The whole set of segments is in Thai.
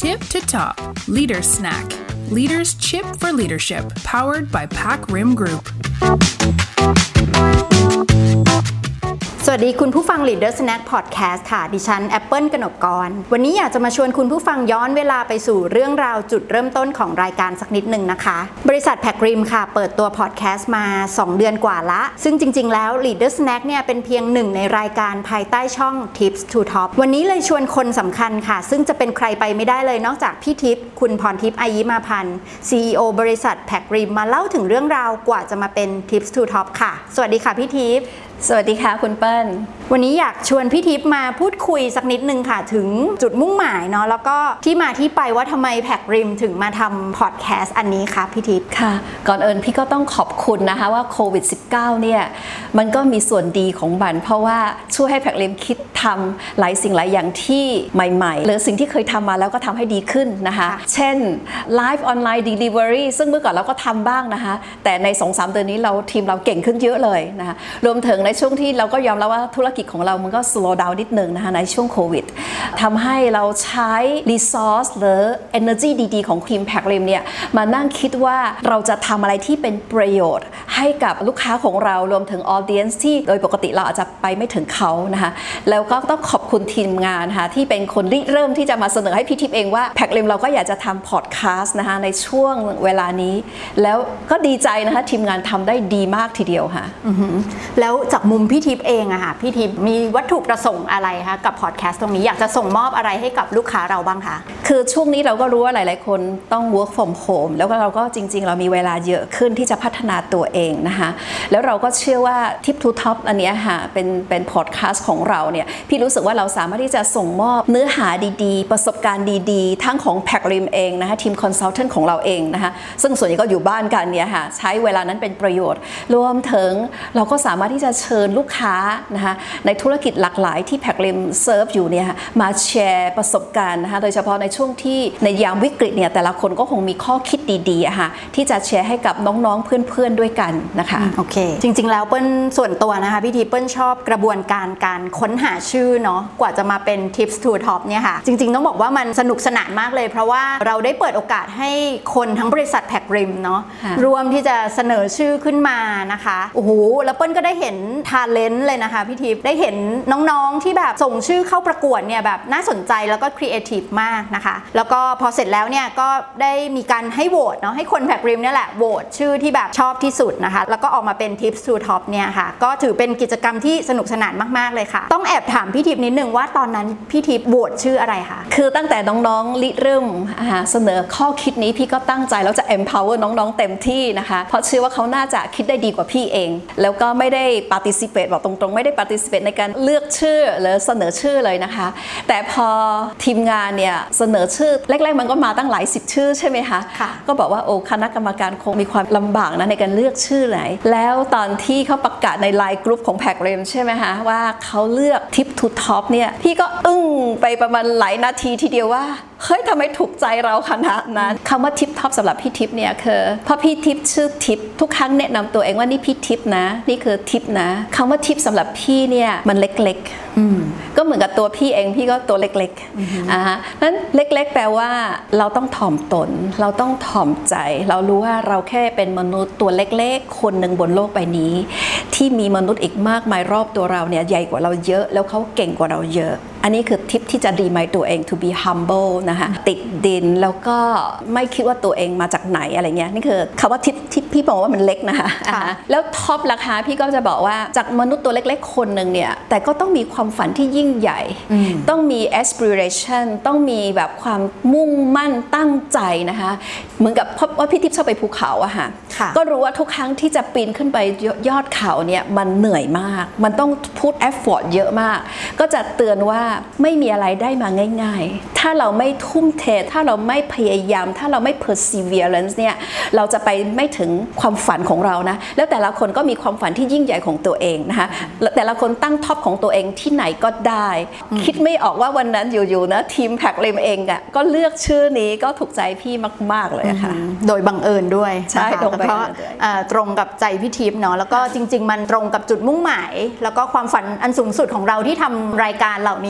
Tip to Top Leader Snack Leaders Chip for Leadership powered by Pac Rim Group สวัสดีคุณผู้ฟัง Leader Snack Podcast ค่ะดิฉันแอปเปิลกนกกรวันนี้อยากจะมาชวนคุณผู้ฟังย้อนเวลาไปสู่เรื่องราวจุดเริ่มต้นของรายการสักนิดหนึ่งนะคะบริษัท Pac Rim ค่ะเปิดตัว Podcast มา2 เดือนกว่าละซึ่งจริงๆแล้ว Leader Snack เนี่ยเป็นเพียงหนึ่งในรายการภายใต้ช่อง Tips to Top วันนี้เลยชวนคนสำคัญค่ะซึ่งจะเป็นใครไปไม่ได้เลยนอกจากพี่ทิพย์คุณพรทิพย์อายิมาพันธ์ CEO บริษัท Pac Rim มาเล่าถึงเรื่องราวกว่าจะมาเป็น Tips to Top ค่ะสวัสดีค่ะพี่ทิพย์สวัสดีค่ะคุณเปิ้ลวันนี้อยากชวนพี่ทิพย์มาพูดคุยสักนิดนึงค่ะถึงจุดมุ่งหมายเนาะแล้วก็ที่มาที่ไปว่าทำไมแพคริมถึงมาทำพอดแคสต์อันนี้คะพี่ทิพย์ค่ะก่อนอื่นพี่ก็ต้องขอบคุณนะคะว่าโควิด -19 เนี่ยมันก็มีส่วนดีของมันเพราะว่าช่วยให้แพคริมคิดทำหลายสิ่งหลายอย่างที่ใหม่ๆหรือสิ่งที่เคยทำมาแล้วก็ทำให้ดีขึ้นนะคะเช่น Live Online Delivery ซึ่งเมื่อก่อนเราก็ทำบ้างนะคะแต่ใน 2-3 เดือนนี้ทีมเราเก่งขึ้นเยอะเลยนะคะรวมถึงในช่วงที่เราก็ยอมรับว่าธุรกิจของเรามันก็ slow down นิดนึงนะคะในช่วงโควิดทำให้เราใช้ resource หรือ energy ดีๆของทีมแพคริมเนี่ยมานั่งคิดว่าเราจะทำอะไรที่เป็นประโยชน์ให้กับลูกค้าของเรารวมถึง audience ที่โดยปกติเราอาจจะไปไม่ถึงเขานะคะแล้วก็ต้องขอบคุณทีมงานค่ะที่เป็นคนริเริ่มที่จะมาเสนอให้พี่ทิพย์เองว่าแพคริมเราก็อยากจะทำ podcast นะคะในช่วงเวลานี้แล้วก็ดีใจนะคะทีมงานทำได้ดีมากทีเดียวค่ะแล้วจากมุมพี่ทิพย์เองอะค่ะพี่ทิพย์มีวัตถุประสงค์อะไรคะกับพอดแคสต์ตรงนี้อยากจะส่งมอบอะไรให้กับลูกค้าเราบ้างคะคือช่วงนี้เราก็รู้ว่าหลายๆคนต้อง work from home แล้วก็เราก็จริงๆเรามีเวลาเยอะขึ้นที่จะพัฒนาตัวเองนะคะแล้วเราก็เชื่อว่า Tip to Top อันนี้ค่ะเป็นพอดแคสต์ของเราเนี่ยพี่รู้สึกว่าเราสามารถที่จะส่งมอบเนื้อหาดีๆประสบการณ์ดีๆทั้งของแพคริมเองนะคะทีมคอนซัลแทนท์ของเราเองนะคะซึ่งส่วนใหญ่ก็อยู่บ้านกันเนี่ยค่ะใช้เวลานั้นเป็นประโยชน์รวมถึงเราก็สามารถที่จะเชิญลูกค้านะคะในธุรกิจหลากหลายที่แพคริมเซิร์ฟอยู่เนี่ยมาแชร์ประสบการณ์นะคะโดยเฉพาะในช่วงที่ในยามวิกฤตเนี่ยแต่ละคนก็คงมีข้อคิดดีๆค่ะที่จะแชร์ให้กับน้องๆเพื่อนๆด้วยกันนะคะโอเคจริงๆแล้วเปิ้ลส่วนตัวนะคะพี่ทิพย์เปิ้ลชอบกระบวนการค้นหาชื่อเนาะกว่าจะมาเป็น Tips to Top เนี่ยค่ะจริงๆต้องบอกว่ามันสนุกสนานมากเลยเพราะว่าเราได้เปิดโอกาสให้คนทั้งบริษัทแพคริมเนาะรวมที่จะเสนอชื่อขึ้นมานะคะโอ้โหแล้วเปิ้ลก็ได้เห็นทาเลนต์เลยนะคะพี่ทิพย์ได้เห็นน้องๆที่แบบส่งชื่อเข้าประกวดเนี่ยแบบน่าสนใจแล้วก็ครีเอทีฟมากนะคะแล้วก็พอเสร็จแล้วเนี่ยก็ได้มีการให้โหวตเนาะให้คนแพคริมเนี่ยแหละโหวตชื่อที่แบบชอบที่สุดนะคะแล้วก็ออกมาเป็น Tips to Top เนี่ยค่ะก็ถือเป็นกิจกรรมที่สนุกสนานมากๆเลยค่ะต้องแอบถามพี่ทิพย์นิดนึงว่าตอนนั้นพี่ทิพย์โหวตชื่ออะไรคะคือตั้งแต่น้องๆริเริ่มเสนอข้อคิดนี้พี่ก็ตั้งใจแล้วจะ empower น้องๆเต็มที่นะคะเพราะเชื่อว่าเขาน่าจะคิดได้ดีกว่าพี่เองแล้วก็ไม่ได้ participate บอกตรงๆไม่ได้ participate ในการเลือกชื่อหรือเสนอชื่อเลยนะคะแต่พอทีมงานเนี่ยเสนอชื่อแรกๆมันก็มาตั้งหลาย10ชื่อใช่ไหมคะก็บอกว่าโอ้คณะกรรมการคงมีความลำบากนะในการเลือกชื่อไหนแล้วตอนที่เขาประกาศในไลน์กลุ่มของแพคริมใช่ไหมคะว่าเขาเลือก Tip to Top เนี่ยพี่ก็อึ้งไปประมาณหลายนาทีทีเดียวว่าเฮ้ยทำไมถูกใจเราขนาดนั้นคำว่า Tip Top สำหรับพี่ทิพย์เนี่ยคือเพราะพี่ทิพย์ชื่อทิพย์ทุกครั้งแนะนำตัวเองว่านี่พี่ทิพย์นะนี่คือทิพย์นะคำว่าทิพย์สำหรับพี่เนี่ยมันเล็กๆก็เหมือนกับตัวพี่เองพี่ก็ตัวเล็กๆนั้นเล็กๆแปลว่าเราต้องถ่อมตนเราต้องถ่อมใจเรารู้ว่าเราแค่เป็นมนุษย์ตัวเล็กๆคนหนึ่งบนโลกใบนี้ที่มีมนุษย์อีกมากมายรอบตัวเราเนี่ยใหญ่กว่าเราเยอะแล้วเขาเก่งกว่าเราเยอะอันนี้คือทิปที่จะดีมายตัวเอง to be humble นะคะติดดินแล้วก็ไม่คิดว่าตัวเองมาจากไหนอะไรเงี้ยนี่คือคำว่าทิปที่พี่บอกว่ามันเล็กนะคะแล้วท็อปราคาพี่ก็จะบอกว่าจากมนุษย์ตัวเล็กๆคนหนึ่งเนี่ยแต่ก็ต้องมีความฝันที่ยิ่งใหญ่ต้องมี aspiration ต้องมีแบบความมุ่งมั่นตั้งใจนะคะเหมือนกับเพราะว่าพี่ทิพย์ชอบไปภูเขาอะค่ะก็รู้ว่าทุกครั้งที่จะปีนขึ้นไปยอดเขาเนี่ยมันเหนื่อยมากมันต้องพูด effort เยอะมากก็จะเตือนว่าไม่มีอะไรได้มาง่ายๆถ้าเราไม่ทุ่มเทถ้าเราไม่พยายามถ้าเราไม่ perseverance เนี่ยเราจะไปไม่ถึงความฝันของเรานะแล้วแต่ละคนก็มีความฝันที่ยิ่งใหญ่ของตัวเองนะคะแต่ละคนตั้งท็อปของตัวเองที่ไหนก็ได้คิดไม่ออกว่าวันนั้นอยู่ๆนะทีมแพคริมเองอ่ะก็เลือกชื่อนี้ก็ถูกใจพี่มากๆเลยค่ะโดยบังเอิญด้วยใช่เพราะตรงกับใจพี่ทิพย์เนาะแล้วก็จริงๆมันตรงกับจุดมุ่งหมายแล้วก็ความฝันอันสูงสุดของเราที่ทำรายการเหล่านี้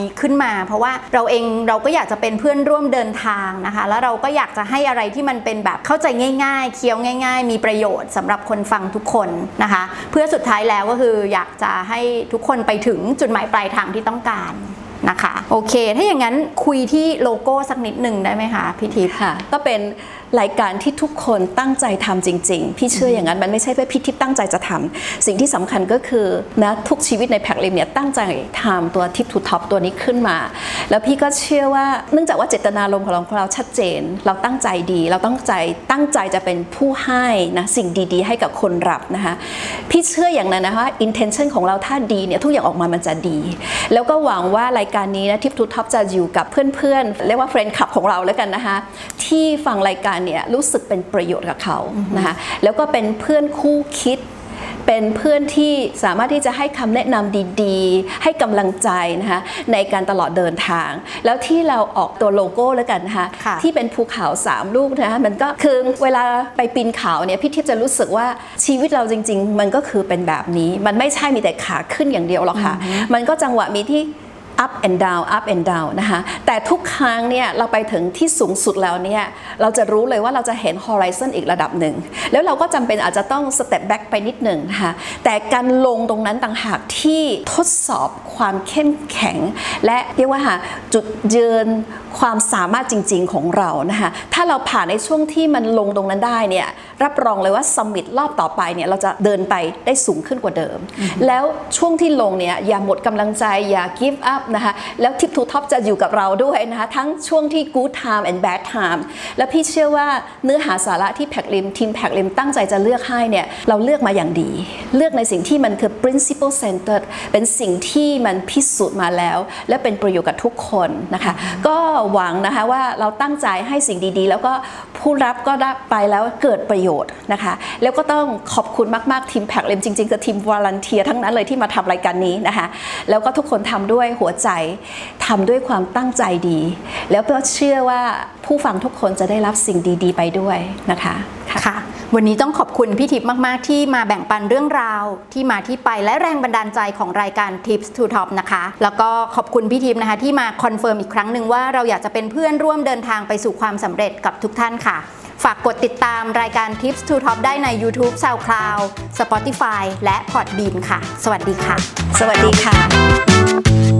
นี้ขึ้นมาเพราะว่าเราเองเราก็อยากจะเป็นเพื่อนร่วมเดินทางนะคะแล้วเราก็อยากจะให้อะไรที่มันเป็นแบบเข้าใจง่ายๆเคี้ยวง่ายๆมีประโยชน์สำหรับคนฟังทุกคนนะคะเพื่อสุดท้ายแล้วก็คืออยากจะให้ทุกคนไปถึงจุดหมายปลายทางที่ต้องการนะคะโอเคถ้าอย่างนั้นคุยที่โลโก้สักนิดหนึ่งได้ไหมคะพี่ทิพย์ค่ะก็เป็นรายการที่ทุกคนตั้งใจทำจริงๆพี่เชื่ออย่างนั้นมันไม่ใช่แค่พี่ทิพย์ตั้งใจจะทำสิ่งที่สำคัญก็คือนะทุกชีวิตในแพ็กลิมเนี่ยตั้งใจทำตัวทิปทูท็อปตัวนี้ขึ้นมาแล้วพี่ก็เชื่อว่าเนื่องจากว่าเจตนารมณ์ของเราชัดเจนเราตั้งใจดีเราตั้งใจจะเป็นผู้ให้นะสิ่งดีๆให้กับคนรับนะคะพี่เชื่ออย่างนั้นนะคะ intention ของเราถ้าดีเนี่ยทุกอย่างออกมามันจะดีแล้วก็หวังว่ารายการนี้นะทิปทูท็อปจะอยู่กับเพื่อนๆเรียกว่าเฟรนด์คลับของเราแล้วกันนะคะที่ฟังรายการเนี่ยรู้สึกเป็นประโยชน์กับเขานะคะแล้วก็เป็นเพื่อนคู่คิดเป็นเพื่อนที่สามารถที่จะให้คำแนะนำดีๆให้กำลังใจนะคะในการตลอดเดินทางแล้วที่เราออกตัวโลโก้แล้วกันนะคะที่เป็นภูเขา3ลูกนะคะมันก็คือเวลาไปปีนเขาเนี่ยพี่ทิพย์จะรู้สึกว่าชีวิตเราจริงๆมันก็คือเป็นแบบนี้มันไม่ใช่มีแต่ขาขึ้นอย่างเดียวหรอกค่ะมันก็จังหวะมีที่up and down นะคะแต่ทุกครั้งเนี่ยเราไปถึงที่สูงสุดแล้วเนี่ยเราจะรู้เลยว่าเราจะเห็น horizon อีกระดับหนึ่งแล้วเราก็จำเป็นอาจจะต้อง step back ไปนิดหนึ่งนะคะแต่การลงตรงนั้นต่างหากที่ทดสอบความเข้มแข็งและเรียกว่าจุดยืนความสามารถจริงๆของเรานะคะถ้าเราผ่านในช่วงที่มันลงตรงนั้นได้เนี่ยรับรองเลยว่า summit รอบต่อไปเนี่ยเราจะเดินไปได้สูงขึ้นกว่าเดิมแล้วช่วงที่ลงเนี่ยอย่าหมดกำลังใจอย่า give upนะคะแล้วทิปทูท็อปจะอยู่กับเราด้วยนะคะทั้งช่วงที่ good time and bad time แล้วพี่เชื่อว่าเนื้อหาสาระที่แพ็กลิมทีมแพ็กลิมตั้งใจจะเลือกให้เนี่ยเราเลือกมาอย่างดีเลือกในสิ่งที่มันคือ principle centered เป็นสิ่งที่มันพิสูจน์มาแล้วและเป็นประโยชน์กับทุกคนนะคะก็หวังนะคะว่าเราตั้งใจให้สิ่งดีๆแล้วก็ผู้รับก็ได้ไปแล้วเกิดประโยชน์นะคะแล้วก็ต้องขอบคุณมากๆทีมแพ็กลิมจริงๆคือทีมวอลันเทียร์ทั้งนั้นเลยที่มาทำรายการนี้นะคะแล้วก็ทุกคนทำด้วยหัวใจทำด้วยความตั้งใจดีแล้วก็เชื่อว่าผู้ฟังทุกคนจะได้รับสิ่งดีๆไปด้วยนะคะค่ะวันนี้ต้องขอบคุณพี่ทิพย์มากๆที่มาแบ่งปันเรื่องราวที่มาที่ไปและแรงบันดาลใจของรายการ Tips to Top นะคะแล้วก็ขอบคุณพี่ทิพย์นะคะที่มาคอนเฟิร์มอีกครั้งหนึ่งว่าเราอยากจะเป็นเพื่อนร่วมเดินทางไปสู่ความสำเร็จกับทุกท่านค่ะฝากกดติดตามรายการ Tips to Top ได้ใน YouTube SoundCloud Spotify และ Podbean ค่ะสวัสดีค่ะสวัสดีค่ะ